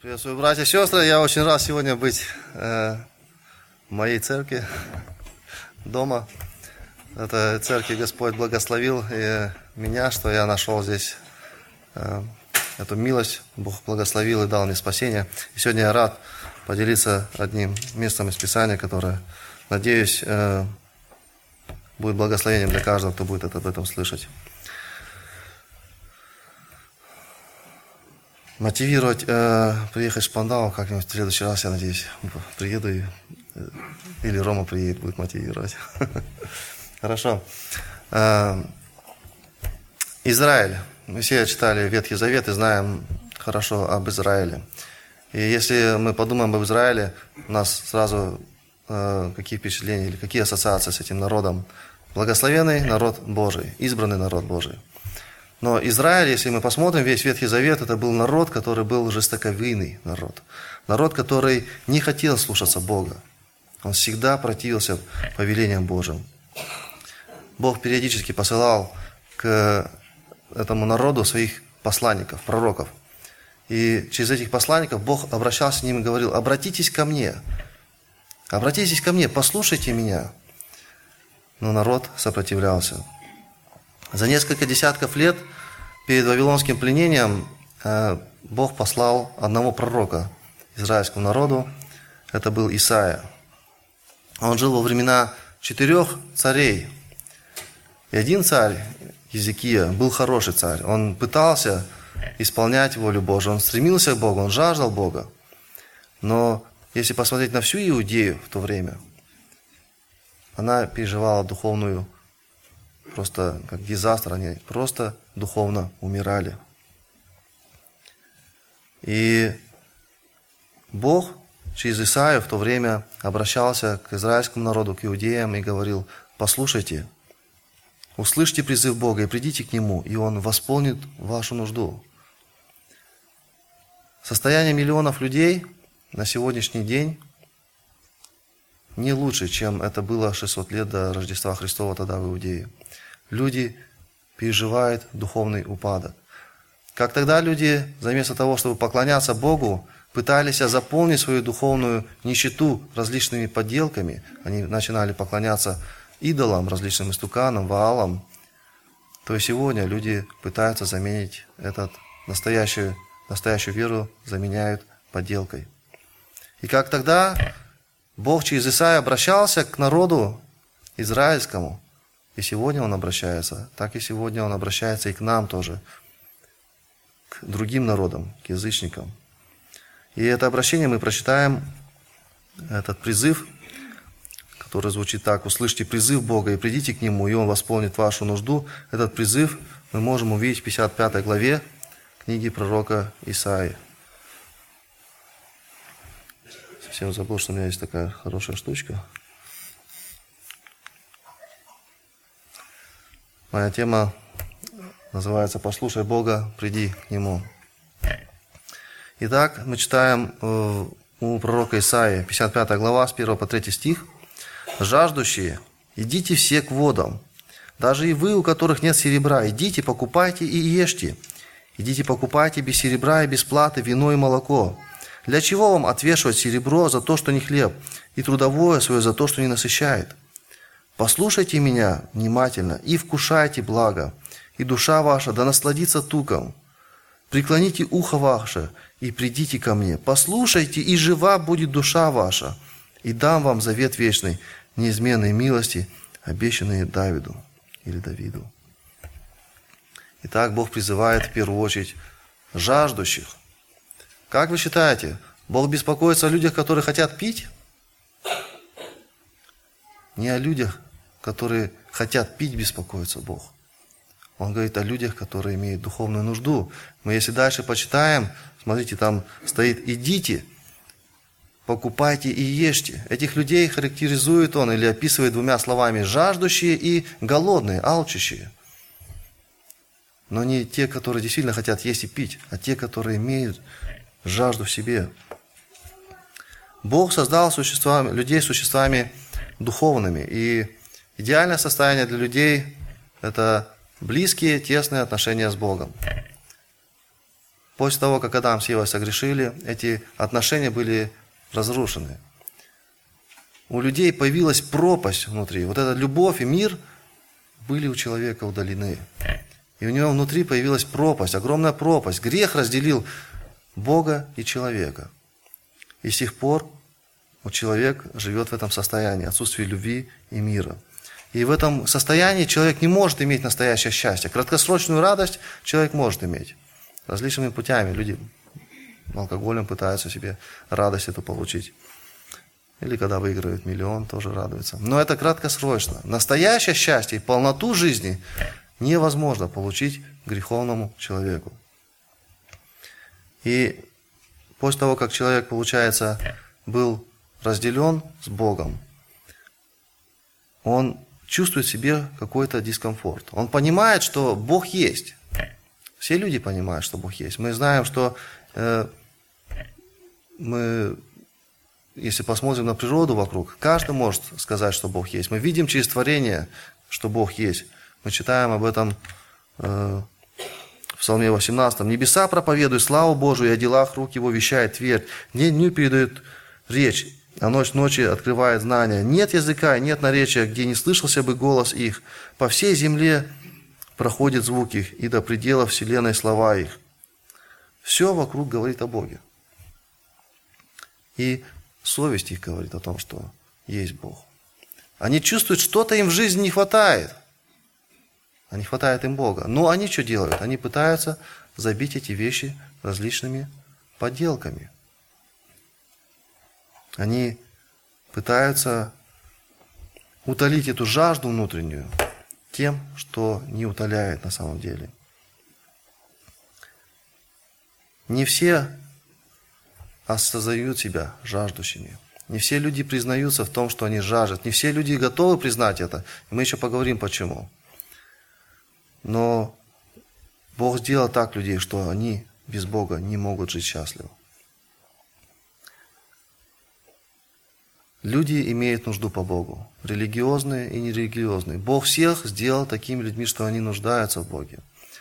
Приветствую, братья и сестры. Я очень рад сегодня быть в моей церкви, дома. Это церкви Господь благословил меня, что я нашел здесь эту милость. Бог благословил и дал мне спасение. И сегодня я рад поделиться одним местом из Писания, которое, надеюсь, будет благословением для каждого, кто будет об этом слышать. Мотивировать приехать в Шпандау как-нибудь в следующий раз, я надеюсь, приеду или Рома приедет, будет мотивировать. Хорошо. Израиль. Мы все читали Ветхий Завет и знаем хорошо об Израиле. И если мы подумаем об Израиле, у нас сразу какие впечатления или какие ассоциации с этим народом? Благословенный народ Божий, избранный народ Божий. Но Израиль, если мы посмотрим, весь Ветхий Завет, это был народ, который был жестоковыйный народ. Народ, который не хотел слушаться Бога. Он всегда противился повелениям Божьим. Бог периодически посылал к этому народу своих посланников, пророков. И через этих посланников Бог обращался к ним и говорил: обратитесь ко мне, послушайте меня. Но народ сопротивлялся. За несколько десятков лет перед вавилонским пленением Бог послал одного пророка израильскому народу. Это был Исаия. Он жил во времена 4 царей. И один царь, Езекия, был хороший царь. Он пытался исполнять волю Божию. Он стремился к Богу, он жаждал Бога. Но если посмотреть на всю Иудею в то время, она переживала духовную просто как дизастр, они просто духовно умирали. И Бог через Исаию в то время обращался к израильскому народу, к иудеям и говорил: послушайте, услышьте призыв Бога и придите к Нему, и Он восполнит вашу нужду. Состояние миллионов людей на сегодняшний день не лучше, чем это было 600 лет до Рождества Христова тогда в Иудее. Люди переживают духовный упадок. Как тогда люди, вместо того, чтобы поклоняться Богу, пытались заполнить свою духовную нищету различными подделками, они начинали поклоняться идолам, различным истуканам, ваалам, то и сегодня люди пытаются заменить настоящую веру, заменяют подделкой. И как тогда Бог через Исаию обращался к народу израильскому, и сегодня Он обращается, так и сегодня Он обращается и к нам тоже, к другим народам, к язычникам. И это обращение мы прочитаем, этот призыв, который звучит так: услышьте призыв Бога и придите к Нему, и Он восполнит вашу нужду. Этот призыв мы можем увидеть в 55 главе книги пророка Исаии. Совсем забыл, что у меня есть такая хорошая штучка. Моя тема называется «Послушай Бога, приди к Нему». Итак, мы читаем у пророка Исаии, 55 глава, с 1 по 3 стих. «Жаждущие, идите все к водам, даже и вы, у которых нет серебра, идите, покупайте и ешьте. Идите, покупайте без серебра и без платы вино и молоко. Для чего вам отвешивать серебро за то, что не хлеб, и трудовое свое за то, что не насыщает? Послушайте меня внимательно и вкушайте благо, и душа ваша да насладится туком. Преклоните ухо ваше и придите ко мне. Послушайте, и жива будет душа ваша, и дам вам завет вечный, неизменной милости, обещанные Давиду или Давиду». Итак, Бог призывает в первую очередь жаждущих. Как вы считаете, Бог беспокоится о людях, которые хотят пить? Не о людях, которые хотят пить, беспокоится Бог. Он говорит о людях, которые имеют духовную нужду. Мы если дальше почитаем, смотрите, там стоит: идите, покупайте и ешьте. Этих людей характеризует он или описывает двумя словами: жаждущие и голодные, алчущие. Но не те, которые действительно хотят есть и пить, а те, которые имеют жажду в себе. Бог создал людей существами духовными. И идеальное состояние для людей – это близкие, тесные отношения с Богом. После того, как Адам с Евой согрешили, эти отношения были разрушены. У людей появилась пропасть внутри. Вот эта любовь и мир были у человека удалены. И у него внутри появилась пропасть, огромная пропасть. Грех разделил Бога и человека. И с тех пор человек живет в этом состоянии, отсутствии любви и мира. И в этом состоянии человек не может иметь настоящее счастье. Краткосрочную радость человек может иметь. Различными путями люди алкоголем пытаются себе радость эту получить. Или когда выигрывают миллион, тоже радуются. Но это краткосрочно. Настоящее счастье и полноту жизни невозможно получить греховному человеку. И после того, как человек, получается, был разделен с Богом, он чувствует в себе какой-то дискомфорт. Он понимает, что Бог есть. Все люди понимают, что Бог есть. Мы знаем, что если посмотрим на природу вокруг, каждый может сказать, что Бог есть. Мы видим через творение, что Бог есть. Мы читаем об этом в Псалме 18. «Небеса проповедуют славу Божию, и о делах рук Его вещает твердь. День дню передает речь, а ночь ночи открывает знания. Нет языка, нет наречия, где не слышался бы голос их. По всей земле проходит звук их, и до предела вселенной слова их». Все вокруг говорит о Боге. И совесть их говорит о том, что есть Бог. Они чувствуют, что-то им в жизни не хватает. А не хватает им Бога. Но они что делают? Они пытаются забить эти вещи различными подделками. Они пытаются утолить эту жажду внутреннюю тем, что не утоляет на самом деле. Не все осознают себя жаждущими. Не все люди признаются в том, что они жаждут. Не все люди готовы признать это. И мы еще поговорим, почему. Но Бог сделал так людей, что они без Бога не могут жить счастливо. Люди имеют нужду по Богу. Религиозные и нерелигиозные. Бог всех сделал такими людьми, что они нуждаются в Боге.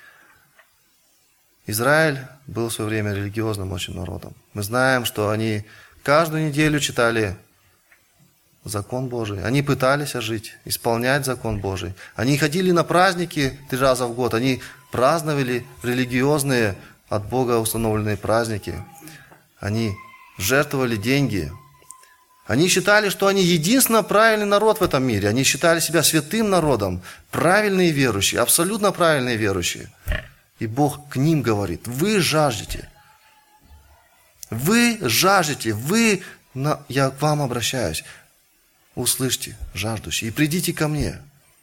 Израиль был в свое время религиозным очень народом. Мы знаем, что они каждую неделю читали закон Божий. Они пытались жить, исполнять закон Божий. Они ходили на праздники 3 раза в год. Они праздновали религиозные от Бога установленные праздники. Они жертвовали деньги. Они считали, что они единственно правильный народ в этом мире. Они считали себя святым народом. Правильные верующие, абсолютно правильные верующие. И Бог к ним говорит: вы жаждете. Вы жаждете. Я к вам обращаюсь. Услышьте, жаждущие, и придите ко мне.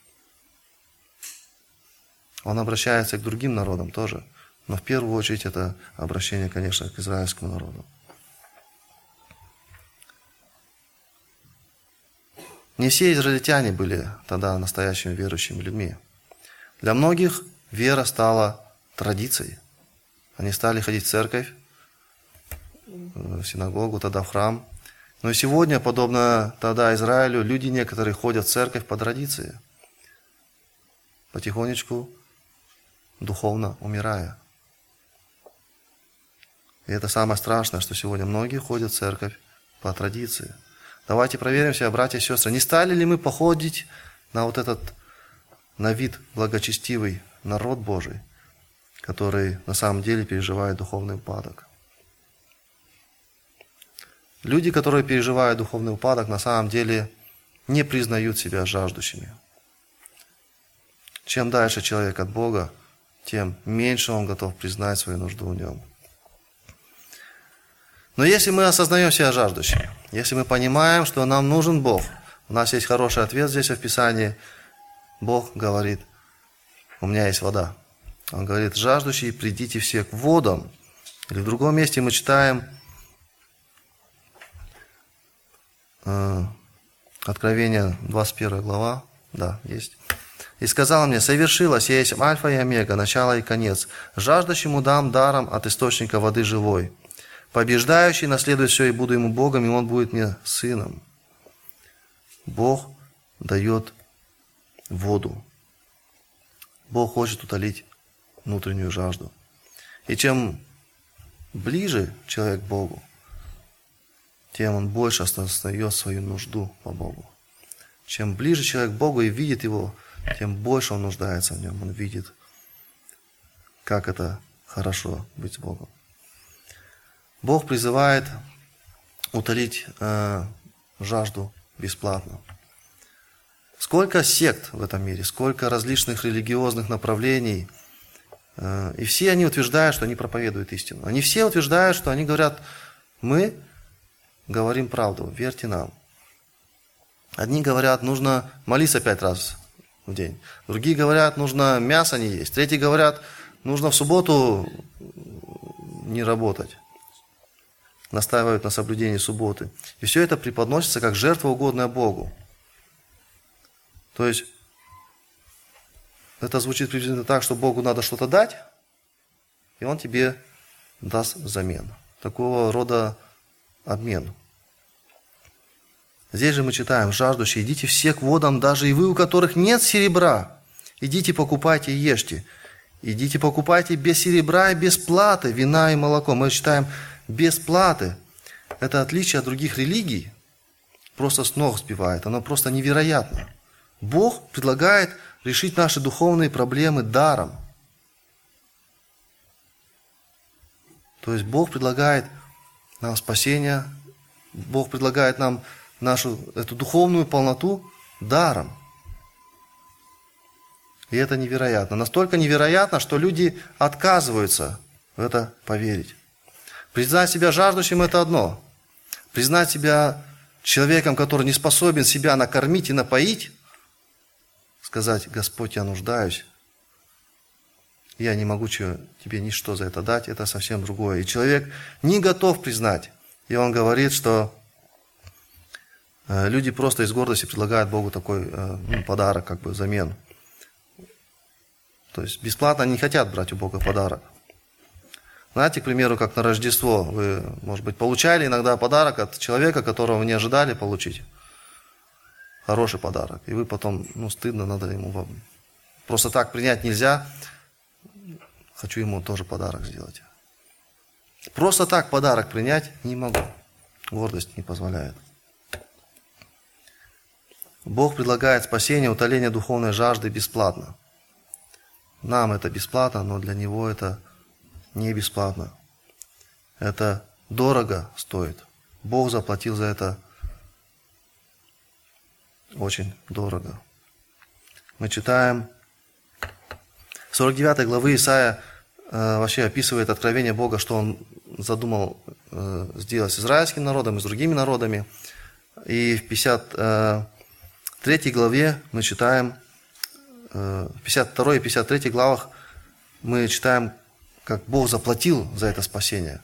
Он обращается к другим народам тоже. Но в первую очередь это обращение, конечно, к израильскому народу. Не все израильтяне были тогда настоящими верующими людьми. Для многих вера стала традицией. Они стали ходить в церковь, в синагогу, тогда в храм. Но и сегодня, подобно тогда Израилю, люди некоторые ходят в церковь по традиции, потихонечку, духовно умирая. И это самое страшное, что сегодня многие ходят в церковь по традиции. Давайте проверим себя, братья и сестры, не стали ли мы походить на вот этот, на вид благочестивый народ Божий, который на самом деле переживает духовный упадок. Люди, которые переживают духовный упадок, на самом деле не признают себя жаждущими. Чем дальше человек от Бога, тем меньше он готов признать свою нужду в нем. Но если мы осознаем себя жаждущими, если мы понимаем, что нам нужен Бог, у нас есть хороший ответ здесь в Писании, Бог говорит: у меня есть вода. Он говорит: жаждущие, придите все к водам. Или в другом месте мы читаем Откровение, 21 глава, да, есть. «И сказал мне: совершилось, я есть Альфа и Омега, начало и конец. Жаждущему дам даром от источника воды живой. Побеждающий наследует все, и буду ему Богом, и он будет мне сыном». Бог дает воду. Бог хочет утолить внутреннюю жажду. И чем ближе человек к Богу, тем он больше осознает свою нужду по Богу. Чем ближе человек к Богу и видит Его, тем больше он нуждается в Нем. Он видит, как это хорошо быть с Богом. Бог призывает утолить жажду бесплатно. Сколько сект в этом мире, сколько различных религиозных направлений, и все они утверждают, что они проповедуют истину. Они все утверждают, что они говорят: мы говорим правду, верьте нам. Одни говорят, нужно молиться 5 раз в день. Другие говорят, нужно мясо не есть. Третьи говорят, нужно в субботу не работать. Настаивают на соблюдении субботы. И все это преподносится как жертва, угодная Богу. То есть, это звучит приблизительно так, что Богу надо что-то дать, и Он тебе даст взамен. Такого рода обмен. Здесь же мы читаем: жаждущие, идите все к водам, даже и вы, у которых нет серебра. Идите, покупайте и ешьте. Идите, покупайте без серебра и без платы вина и молоко. Мы читаем без платы. Это отличие от других религий просто с ног сбивает. Оно просто невероятно. Бог предлагает решить наши духовные проблемы даром. То есть Бог предлагает нам спасение, Бог предлагает нам нашу эту духовную полноту даром. И это невероятно. Настолько невероятно, что люди отказываются в это поверить. Признать себя жаждущим – это одно. Признать себя человеком, который не способен себя накормить и напоить, сказать: Господь, я нуждаюсь, я не могу тебе ничто за это дать, это совсем другое. И человек не готов признать. И он говорит, что люди просто из гордости предлагают Богу такой подарок, как бы взамен. То есть бесплатно они не хотят брать у Бога подарок. Знаете, к примеру, как на Рождество вы, может быть, получали иногда подарок от человека, которого вы не ожидали получить. Хороший подарок. И вы потом, стыдно, надо ему... Просто так принять нельзя. Хочу ему тоже подарок сделать. Просто так подарок принять не могу. Гордость не позволяет. Бог предлагает спасение, утоление духовной жажды бесплатно. Нам это бесплатно, но для Него это не бесплатно. Это дорого стоит. Бог заплатил за это очень дорого. Мы читаем 49 главы Исаия вообще описывает откровение Бога, что Он задумал сделать с израильским народом и с другими народами. И в 53 главе мы читаем, в 52 и 53 главах мы читаем, как Бог заплатил за это спасение,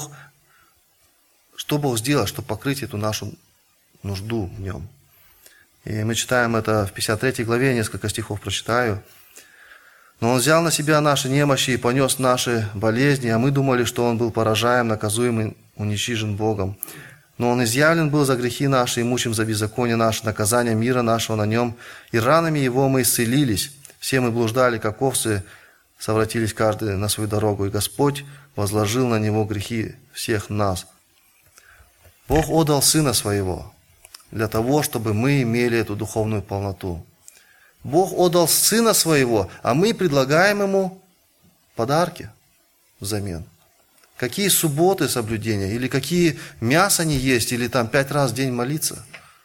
что Бог сделал, чтобы покрыть эту нашу нужду в Нем. И мы читаем это в 53 главе, несколько стихов прочитаю. «Но Он взял на себя наши немощи и понес наши болезни, а мы думали, что Он был поражаем, наказуем и уничижен Богом. Но Он изъявлен был за грехи наши и мучим за беззаконие наше, наказание мира нашего на Нем, и ранами Его мы исцелились. Все мы блуждали, как овцы, совратились каждый на свою дорогу, и Господь возложил на Него грехи всех нас». Бог отдал Сына Своего для того, чтобы мы имели эту духовную полноту. Бог отдал Сына Своего, а мы предлагаем Ему подарки взамен. Какие субботы соблюдения, или какие мясо не есть, или 5 раз в день молиться.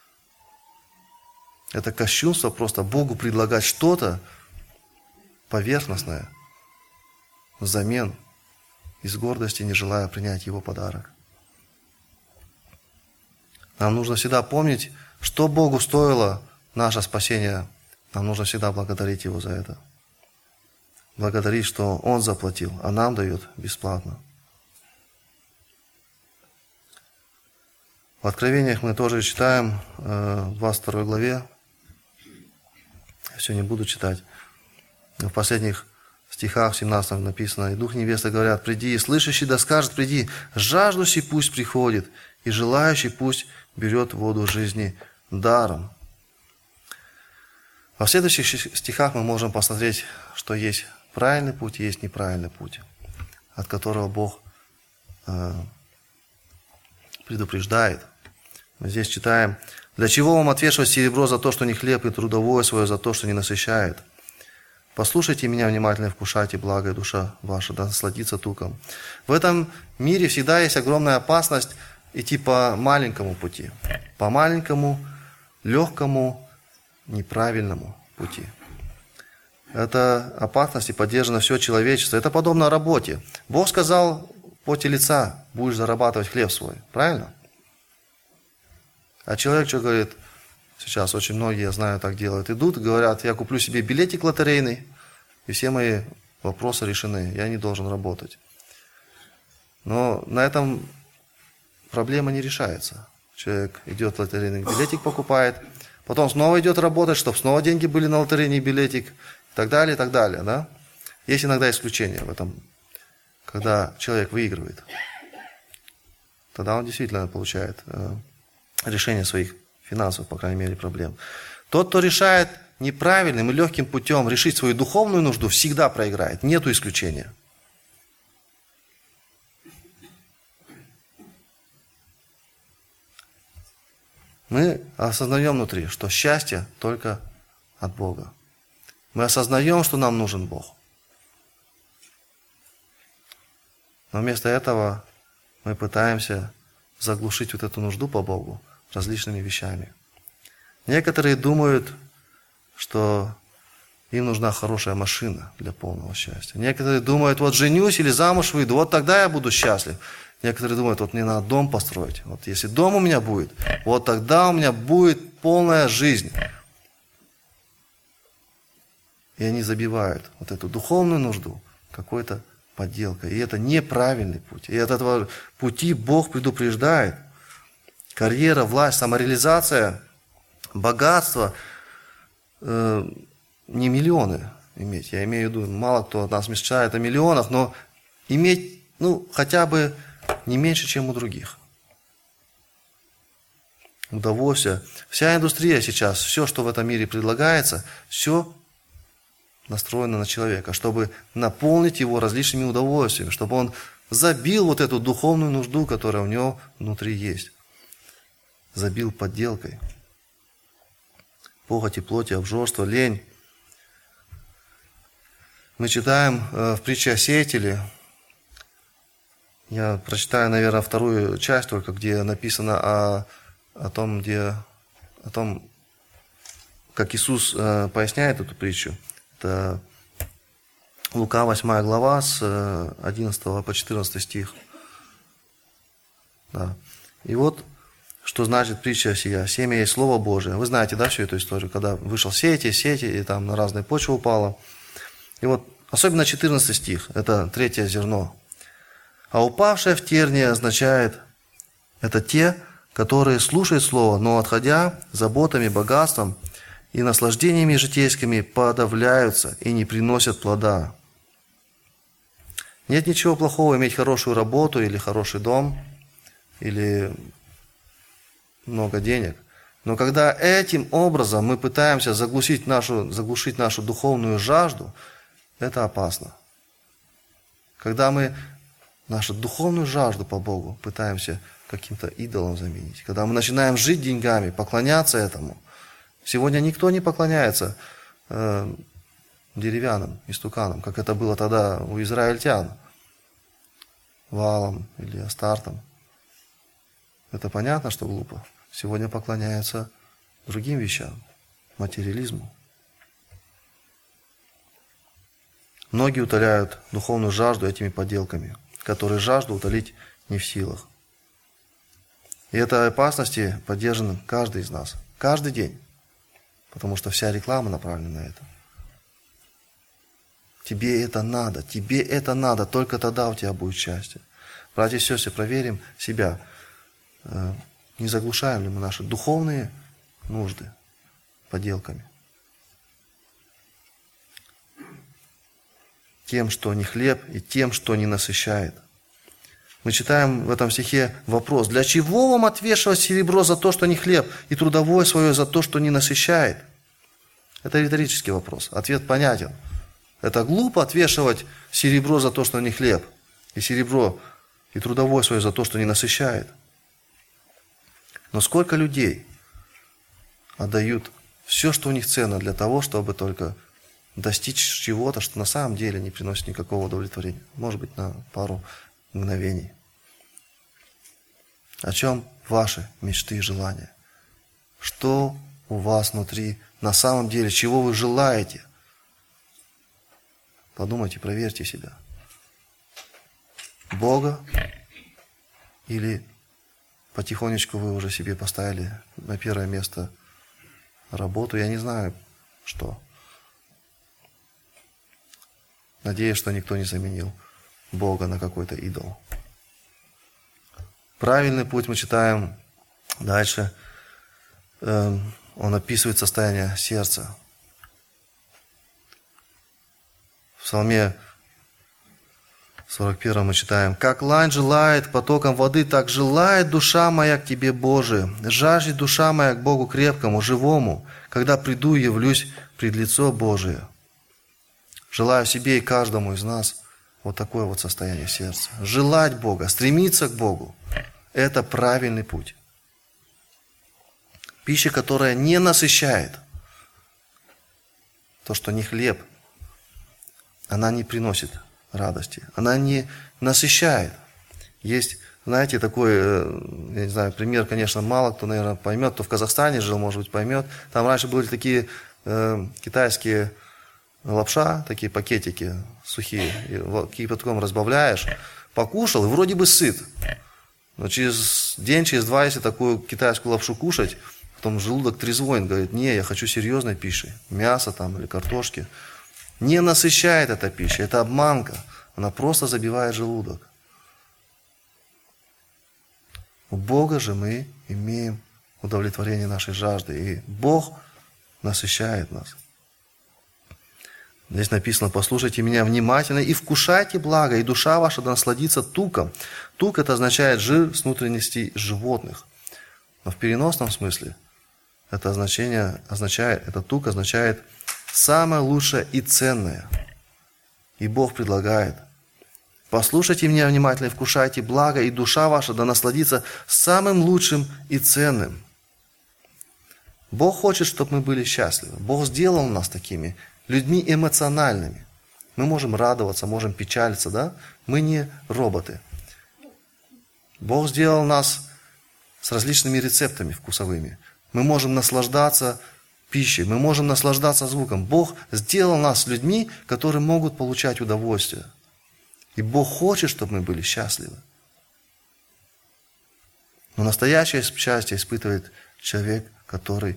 Это кощунство просто Богу предлагать что-то поверхностное взамен, из гордости не желая принять Его подарок. Нам нужно всегда помнить, что Богу стоило наше спасение. Нам нужно всегда благодарить Его за это. Благодарить, что Он заплатил, а нам дает бесплатно. В Откровениях мы тоже читаем, в 22 главе, я все не буду читать, в последних стихах, в 17 написано: «И Дух невесты говорят: приди, и слышащий да скажет: приди, жаждущий пусть приходит, и желающий пусть берет воду жизни даром». Во следующих стихах мы можем посмотреть, что есть правильный путь и есть неправильный путь, от которого Бог предупреждает. Мы здесь читаем: «Для чего вам отвешивать серебро за то, что не хлеб, и трудовое свое за то, что не насыщает? Послушайте меня внимательно и вкушайте благо, и душа ваша да насладится туком». В этом мире всегда есть огромная опасность идти по маленькому пути, по маленькому, легкому, неправильному пути. Эта опасность поддержана все человечество. Это подобно работе. Бог сказал: в поте лица будешь зарабатывать хлеб свой. Правильно? А человек что говорит? Сейчас очень многие, я знаю, так делают. Идут и говорят: я куплю себе билетик лотерейный, и все мои вопросы решены. Я не должен работать. Но на этом проблема не решается. Человек идет лотерейный билетик покупает, потом снова идет работать, чтобы снова деньги были на лотерейный билетик, и так далее, и так далее. Да? Есть иногда исключения в этом, когда человек выигрывает. Тогда он действительно получает решение своих финансовых, по крайней мере, проблем. Тот, кто решает неправильным и легким путем решить свою духовную нужду, всегда проиграет. Нету исключения. Мы осознаем внутри, что счастье только от Бога. Мы осознаем, что нам нужен Бог. Но вместо этого мы пытаемся заглушить вот эту нужду по Богу различными вещами. Некоторые думают, что им нужна хорошая машина для полного счастья. Некоторые думают: вот женюсь или замуж выйду, вот тогда я буду счастлив. Некоторые думают: вот мне надо дом построить. Вот если дом у меня будет, вот тогда у меня будет полная жизнь. И они забивают вот эту духовную нужду какой-то подделкой. И это неправильный путь. И от этого пути Бог предупреждает. Карьера, власть, самореализация, богатство, не миллионы иметь. Я имею в виду, мало кто от нас мечтает о миллионах, но иметь, хотя бы не меньше, чем у других. Удовольствие. Вся индустрия сейчас, все, что в этом мире предлагается, все настроено на человека, чтобы наполнить его различными удовольствиями, чтобы он забил вот эту духовную нужду, которая у него внутри есть. Забил подделкой. Похоти плоти, обжорство, лень. Мы читаем в притче о сеятеле. Я прочитаю, наверное, вторую часть только, где написано о том, как Иисус поясняет эту притчу. Это Лука 8 глава с 11 по 14 стих. Да. И вот что значит притча сия. Семя есть Слово Божие. Вы знаете, да, всю эту историю, когда вышел сеять, и там на разные почвы упало. И вот особенно 14 стих, это третье зерно. А упавшее в тернии означает, это те, которые слушают Слово, но отходя заботами, богатством и наслаждениями житейскими подавляются и не приносят плода. Нет ничего плохого иметь хорошую работу или хороший дом, или много денег. Но когда этим образом мы пытаемся заглушить нашу духовную жажду, это опасно. Когда мы нашу духовную жажду по Богу пытаемся каким-то идолом заменить, когда мы начинаем жить деньгами, поклоняться этому. Сегодня никто не поклоняется деревянным истуканам, как это было тогда у израильтян, Ваалам или Астартам. Это понятно, что глупо. Сегодня поклоняются другим вещам, материализму. Многие утоляют духовную жажду этими подделками, которые жажду утолить не в силах. И этой опасности поддержан каждый из нас, каждый день, потому что вся реклама направлена на это. Тебе это надо, только тогда у тебя будет счастье. Братья и сестры, проверим себя, не заглушаем ли мы наши духовные нужды подделками. Тем, что не хлеб, и тем, что не насыщает. Мы читаем в этом стихе вопрос: для чего вам отвешивать серебро за то, что не хлеб, и трудовое свое за то, что не насыщает? Это риторический вопрос. Ответ понятен. Это глупо отвешивать серебро за то, что не хлеб, и серебро и трудовое свое за то, что не насыщает. Но сколько людей отдают все, что у них ценно, для того, чтобы только достичь чего-то, что на самом деле не приносит никакого удовлетворения. Может быть, на пару мгновений. О чем ваши мечты и желания? Что у вас внутри на самом деле, чего вы желаете? Подумайте, проверьте себя. Бога или потихонечку вы уже себе поставили на первое место работу, я не знаю, что. Надеюсь, что никто не заменил Бога на какой-то идол. Правильный путь мы читаем дальше. Он описывает состояние сердца. В Псалме 41 мы читаем: «Как лань желает потоком воды, так желает душа моя к Тебе, Боже. Жаждет душа моя к Богу крепкому, живому, когда приду и явлюсь пред лицо Божие». Желаю себе и каждому из нас вот такое вот состояние сердца. Желать Бога, стремиться к Богу – это правильный путь. Пища, которая не насыщает, то, что не хлеб, она не приносит радости, она не насыщает. Есть, знаете, такой, я не знаю, пример, конечно, мало кто, наверное, поймет, кто в Казахстане жил, может быть, поймет. Там раньше были такие китайские лапша, такие пакетики сухие, и кипятком разбавляешь, покушал и вроде бы сыт. Но через день, через два, если такую китайскую лапшу кушать, потом желудок трезвонит, говорит: не, я хочу серьезной пищи, мяса там или картошки. Не насыщает эта пища, это обманка, она просто забивает желудок. У Бога же мы имеем удовлетворение нашей жажды, и Бог насыщает нас. Здесь написано: «Послушайте меня внимательно и вкушайте благо, и душа ваша да насладится туком». Тук – это означает жир с внутренностей животных. Но в переносном смысле этот тук означает самое лучшее и ценное. И Бог предлагает: «Послушайте меня внимательно и вкушайте благо, и душа ваша да насладится самым лучшим и ценным». Бог хочет, чтобы мы были счастливы. Бог сделал нас такими людьми эмоциональными. Мы можем радоваться, можем печалиться, да? Мы не роботы. Бог сделал нас с различными рецептами вкусовыми. Мы можем наслаждаться пищей, мы можем наслаждаться звуком. Бог сделал нас людьми, которые могут получать удовольствие. И Бог хочет, чтобы мы были счастливы. Но настоящее счастье испытывает человек, который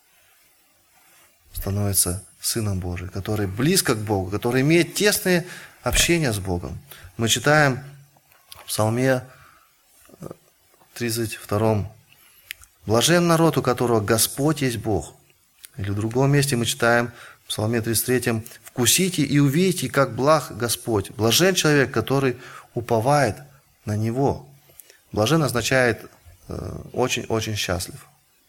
становится Сыном Божиим, который близко к Богу, который имеет тесное общение с Богом. Мы читаем в Псалме 32: «Блажен народ, у которого Господь есть Бог». Или в другом месте мы читаем в Псалме 33: «Вкусите и увидите, как благ Господь. Блажен человек, который уповает на Него». Блажен означает очень-очень счастлив.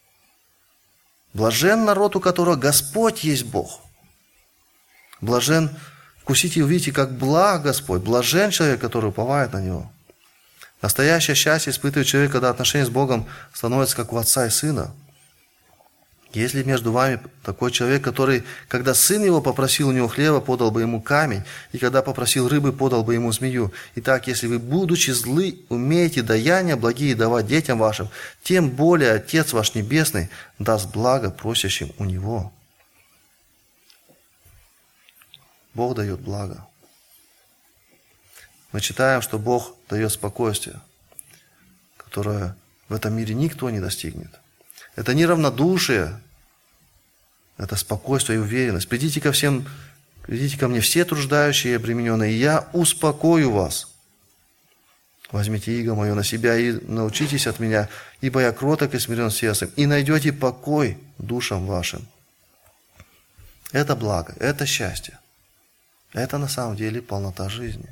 Блажен народ, у которого Господь есть Бог. Блажен, вкусите и увидите, как благ Господь. Блажен человек, который уповает на Него. Настоящее счастье испытывает человек, когда отношения с Богом становятся как у отца и сына. Если между вами такой человек, который, когда сын его попросил у него хлеба, подал бы ему камень, и когда попросил рыбы, подал бы ему змею. Итак, если вы, будучи злы, умеете даяния благие давать детям вашим, тем более Отец ваш Небесный даст благо просящим у Него. Бог дает благо. Мы читаем, что Бог дает спокойствие, которое в этом мире никто не достигнет. Это не равнодушие, это спокойствие и уверенность. Придите ко мне все труждающие и обремененные, и я успокою вас. Возьмите иго мое на себя и научитесь от меня, ибо я кроток и смирен сердцем, и найдете покой душам вашим. Это благо, это счастье. Это на самом деле полнота жизни.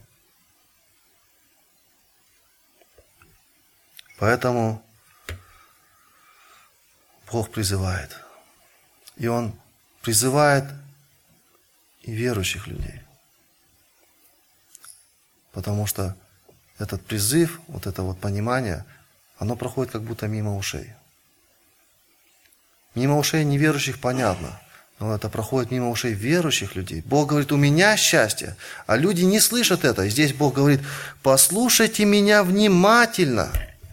Поэтому Бог призывает. И Он призывает и верующих людей. Потому что этот призыв, вот это вот понимание, оно проходит как будто мимо ушей. Мимо ушей неверующих понятно, но это проходит мимо ушей верующих людей. Бог говорит, у меня счастье, а люди не слышат это. И здесь Бог говорит, послушайте меня внимательно.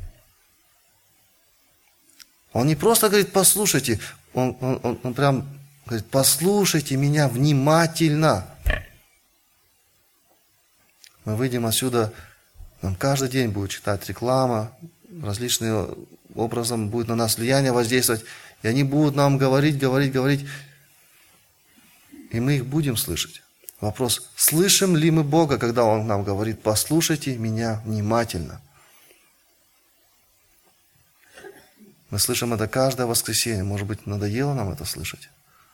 Он не просто говорит, послушайте, он прям говорит, послушайте меня внимательно. Мы выйдем отсюда, нам каждый день будет читать реклама, различным образом будет на нас влияние воздействовать, и они будут нам говорить, и мы их будем слышать. Вопрос, слышим ли мы Бога, когда Он нам говорит, послушайте меня внимательно. Мы слышим это каждое воскресенье, может быть, надоело нам это слышать?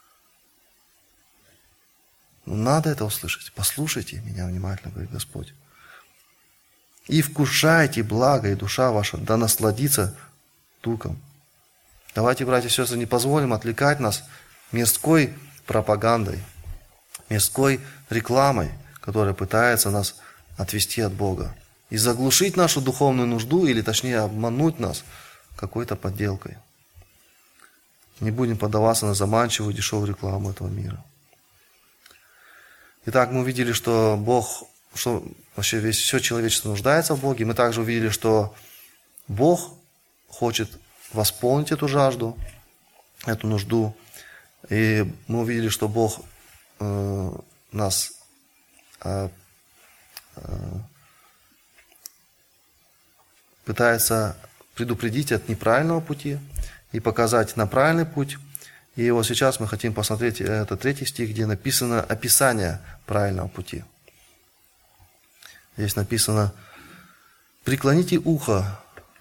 Но надо это услышать. Послушайте меня внимательно, говорит Господь. И вкушайте благо, и душа ваша да насладится туком. Давайте, братья и сестры, не позволим отвлекать нас мирской пропагандой, мирской рекламой, которая пытается нас отвести от Бога и заглушить нашу духовную нужду, или точнее обмануть нас какой-то подделкой. Не будем поддаваться на заманчивую дешевую рекламу этого мира. Итак, мы увидели, что Бог, что вообще все человечество нуждается в Боге. Мы также увидели, что Бог хочет восполнить эту жажду, эту нужду. И мы увидели, что Бог нас пытается предупредить от неправильного пути и показать на правильный путь. И вот сейчас мы хотим посмотреть, это 3 стих, где написано описание правильного пути. Здесь написано, преклоните ухо.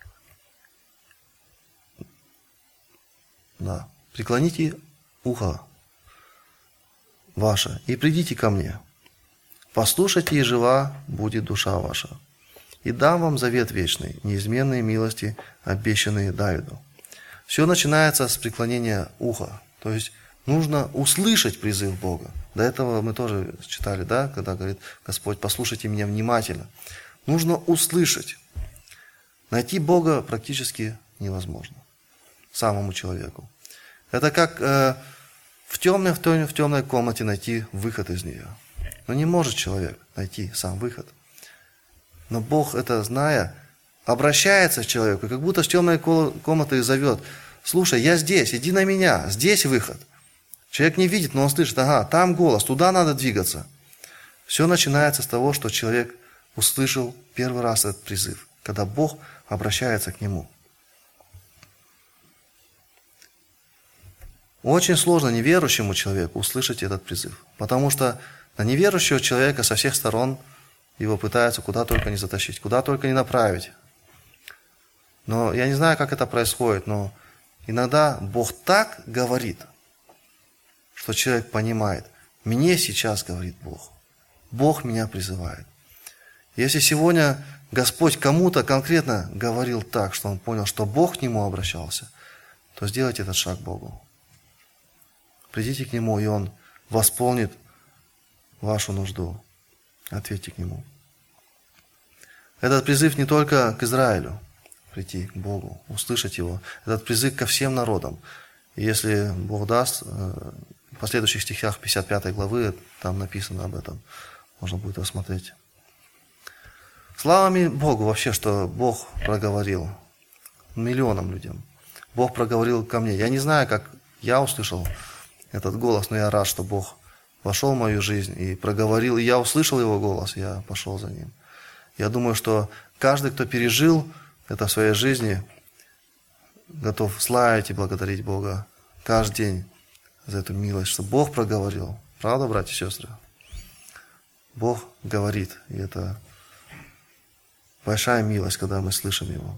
Да, преклоните ухо ваше и придите ко мне. Послушайте, и жива будет душа ваша. И дам вам завет вечный, неизменные милости, обещанные Давиду. Все начинается с преклонения уха. То есть нужно услышать призыв Бога. До этого мы тоже читали, да, когда говорит Господь, послушайте меня внимательно. Нужно услышать. Найти Бога практически невозможно самому человеку. Это как в темной комнате найти выход из нее. Но не может человек найти сам выход. Но Бог, это зная, обращается к человеку, как будто с темной комнаты и зовет. Слушай, я здесь, иди на меня, здесь выход. Человек не видит, но он слышит, ага, там голос, туда надо двигаться. Все начинается с того, что человек услышал первый раз этот призыв, когда Бог обращается к нему. Очень сложно неверующему человеку услышать этот призыв, потому что на неверующего человека со всех сторон его пытаются куда только не затащить, куда только не направить. Но я не знаю, как это происходит, но иногда Бог так говорит, что человек понимает, мне сейчас говорит Бог. Бог меня призывает. Если сегодня Господь кому-то конкретно говорил так, что он понял, что Бог к нему обращался, то сделайте этот шаг Богу. Придите к Нему, и Он восполнит вашу нужду. Ответьте к Нему. Этот призыв не только к Израилю, прийти к Богу, услышать Его. Этот призыв ко всем народам. И если Бог даст, в последующих стихах 55 главы, там написано об этом, можно будет рассмотреть. Слава Богу вообще, что Бог проговорил миллионам людям. Бог проговорил ко мне. Я не знаю, как я услышал этот голос, но я рад, что Бог вошел в мою жизнь и проговорил, и я услышал Его голос, я пошел за Ним. Я думаю, что каждый, кто пережил это в своей жизни, готов славить и благодарить Бога каждый день за эту милость, что Бог проговорил. Правда, братья и сестры? Бог говорит, и это большая милость, когда мы слышим Его.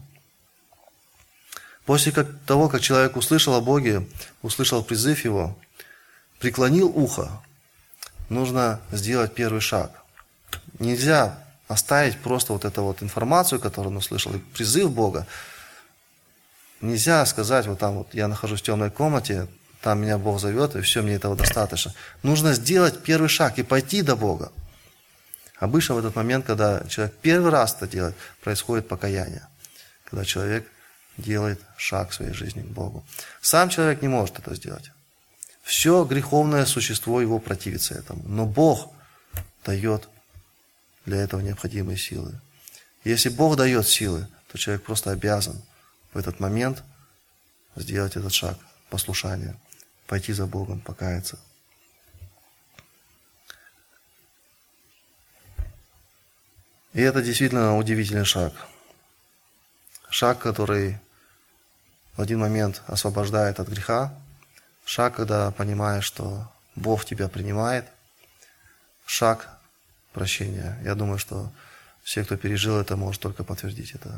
После того, как человек услышал о Боге, услышал призыв Его, преклонил ухо, нужно сделать первый шаг. Нельзя оставить просто вот эту вот информацию, которую он услышал, и призыв Бога. Нельзя сказать, вот там вот я нахожусь в темной комнате, там меня Бог зовет, и все, мне этого достаточно. Нужно сделать первый шаг и пойти до Бога. Обычно в этот момент, когда человек первый раз это делает, происходит покаяние. Когда человек делает шаг в своей жизни к Богу. Сам человек не может это сделать. Все греховное существо его противится этому. Но Бог дает для этого необходимые силы. Если Бог дает силы, то человек просто обязан в этот момент сделать этот шаг послушания, пойти за Богом, покаяться. И это действительно удивительный шаг. Шаг, который в один момент освобождает от греха. Шаг, когда понимаешь, что Бог тебя принимает. Шаг прощения. Я думаю, что все, кто пережил это, может только подтвердить это.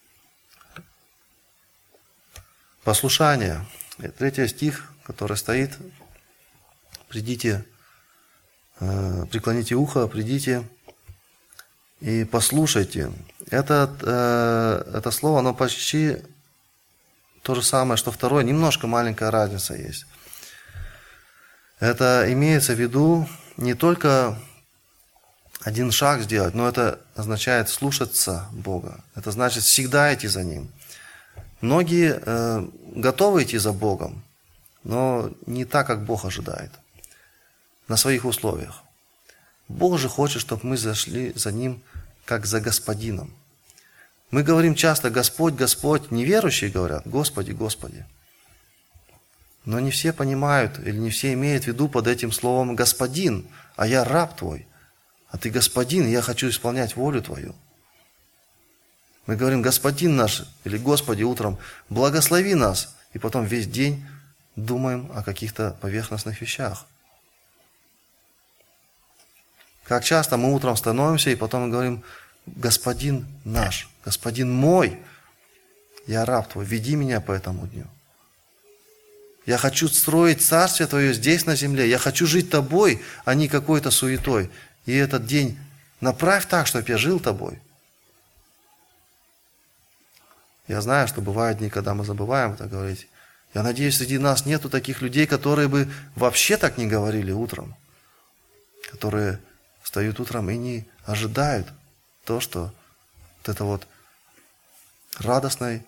Послушание. 3 стих, который стоит. Придите, преклоните ухо, придите и послушайте. Это слово, оно почти то же самое, что второе. Немножко маленькая разница есть. Это имеется в виду не только один шаг сделать, но это означает слушаться Бога. Это значит всегда идти за Ним. Многие готовы идти за Богом, но не так, как Бог ожидает. На своих условиях. Бог же хочет, чтобы мы зашли за Ним, как за Господином. Мы говорим часто «Господь, Господь». Неверующие говорят «Господи, Господи». Но не все понимают или не все имеют в виду под этим словом «Господин», а я раб Твой. А Ты Господин, и я хочу исполнять волю Твою. Мы говорим «Господин наш» или «Господи» утром, благослови нас. И потом весь день думаем о каких-то поверхностных вещах. Как часто мы утром становимся и потом говорим «Господин наш, Господин мой, я раб Твой, веди меня по этому дню. Я хочу строить Царствие Твое здесь на земле, я хочу жить Тобой, а не какой-то суетой. И этот день направь так, чтобы я жил Тобой». Я знаю, что бывают дни, когда мы забываем это говорить. Я надеюсь, среди нас нету таких людей, которые бы вообще так не говорили утром. Которые встают утром и не ожидают то, что вот это вот радостное,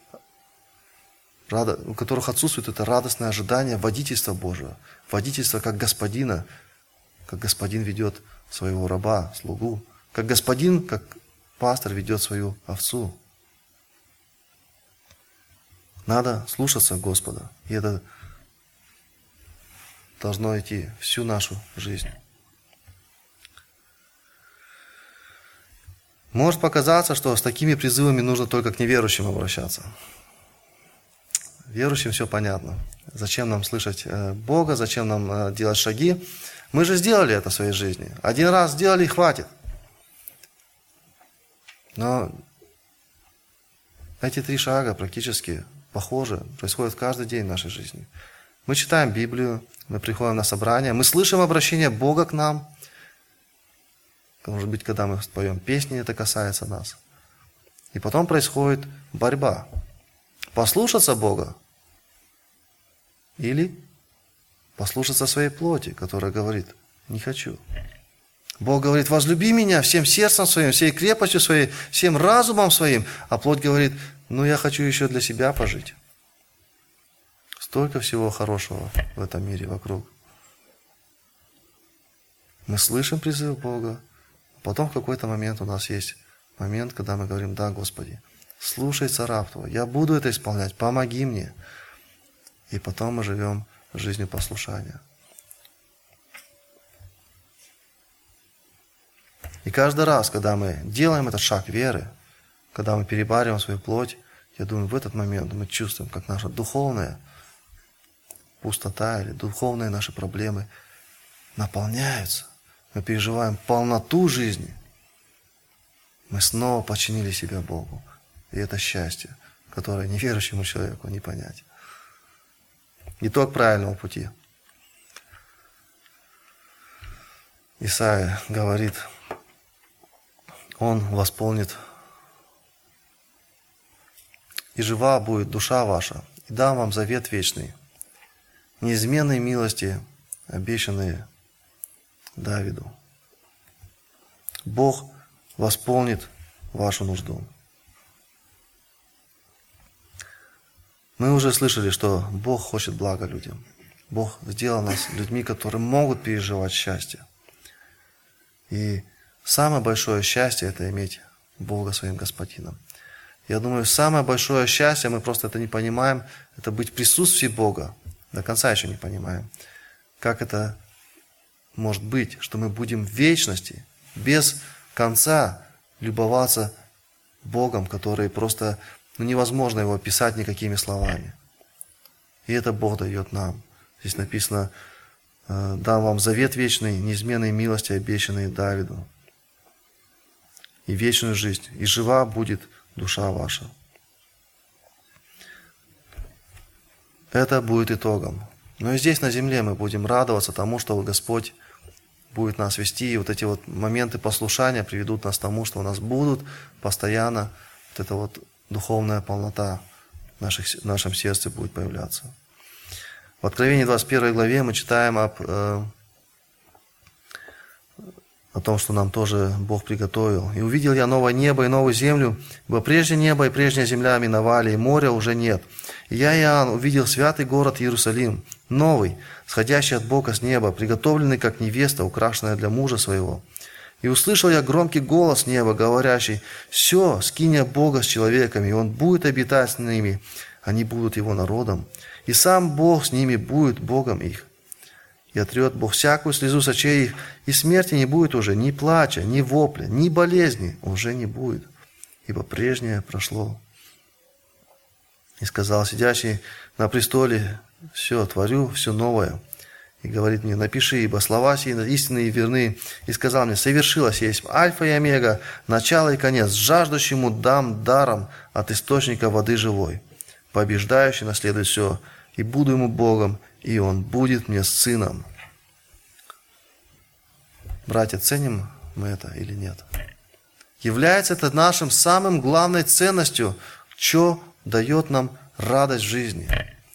у которых отсутствует это радостное ожидание водительства Божьего. Водительство как Господина, как Господин ведет своего раба, слугу. Как Господин, как пастор ведет свою овцу. Надо слушаться Господа. И это должно идти всю нашу жизнь. Может показаться, что с такими призывами нужно только к неверующим обращаться. Верующим все понятно. Зачем нам слышать Бога, зачем нам делать шаги? Мы же сделали это в своей жизни. Один раз сделали и хватит. Но эти 3 шага практически похожи, происходят каждый день в нашей жизни. Мы читаем Библию, мы приходим на собрание, мы слышим обращение Бога к нам. Может быть, когда мы поем песни, это касается нас. И потом происходит борьба. Послушаться Бога или послушаться своей плоти, которая говорит «не хочу». Бог говорит «возлюби меня всем сердцем своим, всей крепостью своей, всем разумом своим». А плоть говорит «ну я хочу еще для себя пожить». Столько всего хорошего в этом мире вокруг. Мы слышим призыв Бога. Потом в какой-то момент у нас есть момент, когда мы говорим, да, Господи, слушайся раб Твой, я буду это исполнять, помоги мне. И потом мы живем жизнью послушания. И каждый раз, когда мы делаем этот шаг веры, когда мы перебариваем свою плоть, я думаю, в этот момент мы чувствуем, как наша духовная пустота или духовные наши проблемы наполняются. Мы переживаем полноту жизни. Мы снова подчинили себя Богу. И это счастье, которое неверующему человеку не понять. Итог правильного пути. Исайя говорит, Он восполнит, и жива будет душа ваша, и дам вам завет вечный, неизменной милости, обещанные Давиду. Бог восполнит вашу нужду. Мы уже слышали, что Бог хочет блага людям. Бог сделал нас людьми, которые могут переживать счастье. И самое большое счастье – это иметь Бога своим Господином. Я думаю, самое большое счастье, мы просто это не понимаем, это быть в присутствии Бога. До конца еще не понимаем. Как это может быть, что мы будем в вечности, без конца любоваться Богом, который просто невозможно его описать никакими словами. И это Бог дает нам. Здесь написано: «Дам вам завет вечный, неизменной милости, обещанной Давиду, и вечную жизнь, и жива будет душа ваша». Это будет итогом. Но и здесь на земле мы будем радоваться тому, что Господь будет нас вести, и вот эти вот моменты послушания приведут нас к тому, что у нас будут постоянно вот эта вот духовная полнота в нашем сердце будет появляться. В Откровении 21 главе мы читаем о том, что нам тоже Бог приготовил. «И увидел я новое небо и новую землю, ибо прежнее небо и прежняя земля миновали, и моря уже нет. И я, Иоанн, увидел святый город Иерусалим, новый, сходящий от Бога с неба, приготовленный, как невеста, украшенная для мужа своего. И услышал я громкий голос неба, говорящий: «Все, скиния Бога с человеками, и Он будет обитать с ними, они будут Его народом, и сам Бог с ними будет Богом их. И отрет Бог всякую слезу с очей их, и смерти не будет уже, ни плача, ни вопля, ни болезни уже не будет, ибо прежнее прошло». И сказал сидящий на престоле: «Все, творю все новое». И говорит мне: «Напиши, ибо слова сии истинные и верны». И сказал мне: «Совершилось есть Альфа и Омега, начало и конец. Жаждущему дам даром от источника воды живой. Побеждающий наследует все, и буду ему Богом, и он будет мне сыном». Братья, ценим мы это или нет? Является это нашим самым главной ценностью, что дает нам радость в жизни?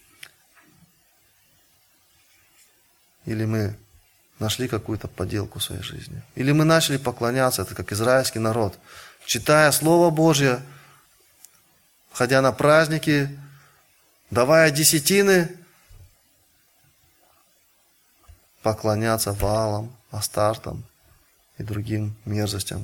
Или мы нашли какую-то подделку в своей жизни? Или мы начали поклоняться, это как израильский народ, читая Слово Божье, ходя на праздники, давая десятины, поклоняться Ваалам, Астартам и другим мерзостям.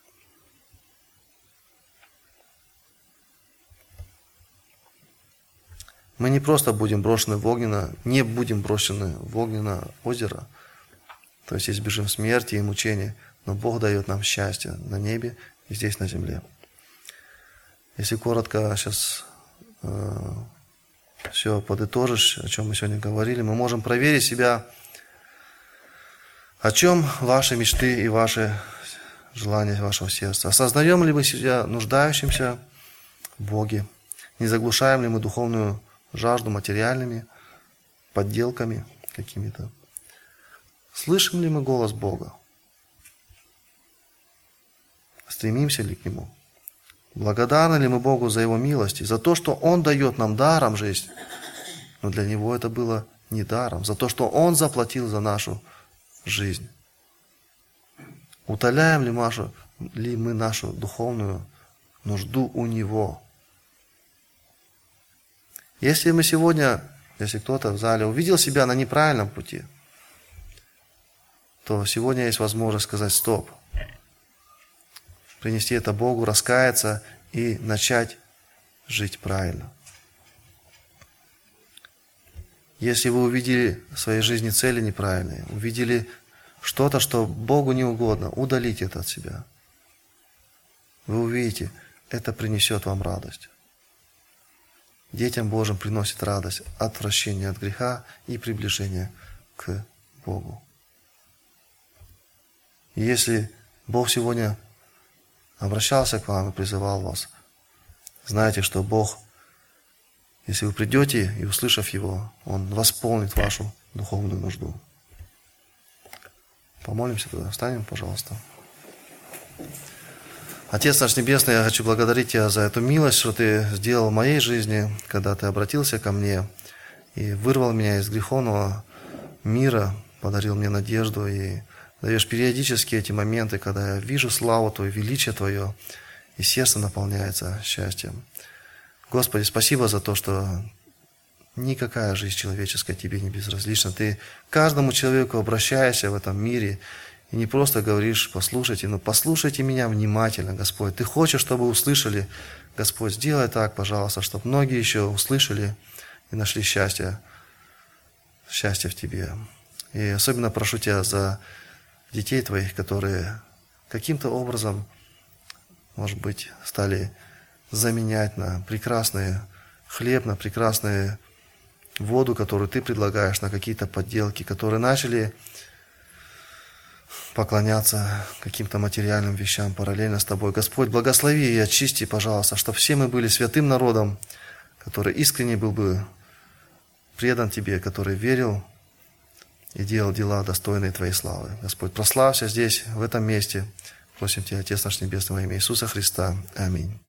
Мы не просто будем брошены в не будем брошены в огненное озеро, то есть избежим смерти и мучения, но Бог дает нам счастье на небе и здесь на земле. Если коротко сейчас все подытожишь, о чем мы сегодня говорили, мы можем проверить себя, о чем ваши мечты и ваши желания вашего сердца. Осознаем ли мы себя нуждающимся в Боге? Не заглушаем ли мы духовную жажду материальными подделками какими-то? Слышим ли мы голос Бога? Стремимся ли к Нему? Благодарны ли мы Богу за Его милость и за то, что Он дает нам даром жизнь? Но для Него это было не даром. За то, что Он заплатил за нашу жизнь. Утоляем ли мы нашу духовную нужду у Него? Если кто-то в зале увидел себя на неправильном пути, то сегодня есть возможность сказать: стоп, принести это Богу, раскаяться и начать жить правильно. Если вы увидели в своей жизни цели неправильные, увидели что-то, что Богу не угодно, удалите это от себя. Вы увидите, это принесет вам радость. Детям Божьим приносит радость отвращение от греха и приближение к Богу. И если Бог сегодня обращался к вам и призывал вас, знайте, что Бог, если вы придете и услышав Его, Он восполнит вашу духовную нужду. Помолимся тогда. Встанем, пожалуйста. Отец наш Небесный, я хочу благодарить Тебя за эту милость, что Ты сделал в моей жизни, когда Ты обратился ко мне и вырвал меня из греховного мира, подарил мне надежду и даешь периодически эти моменты, когда я вижу славу Твою, величие Твое, и сердце наполняется счастьем. Господи, спасибо за то, что никакая жизнь человеческая Тебе не безразлична. Ты к каждому человеку обращаешься в этом мире, и не просто говоришь, послушайте, но послушайте меня внимательно, Господь. Ты хочешь, чтобы услышали, Господь, сделай так, пожалуйста, чтобы многие еще услышали и нашли счастье в Тебе. И особенно прошу Тебя за детей Твоих, которые каким-то образом, может быть, стали заменять на прекрасный хлеб, на прекрасную воду, которую Ты предлагаешь, на какие-то подделки, которые начали поклоняться каким-то материальным вещам параллельно с Тобой. Господь, благослови и очисти, пожалуйста, чтобы все мы были святым народом, который искренне был бы предан Тебе, который верил и делал дела, достойные Твоей славы. Господь, прославься здесь, в этом месте. Просим Тебя, Отец наш Небесный, во имя Иисуса Христа. Аминь.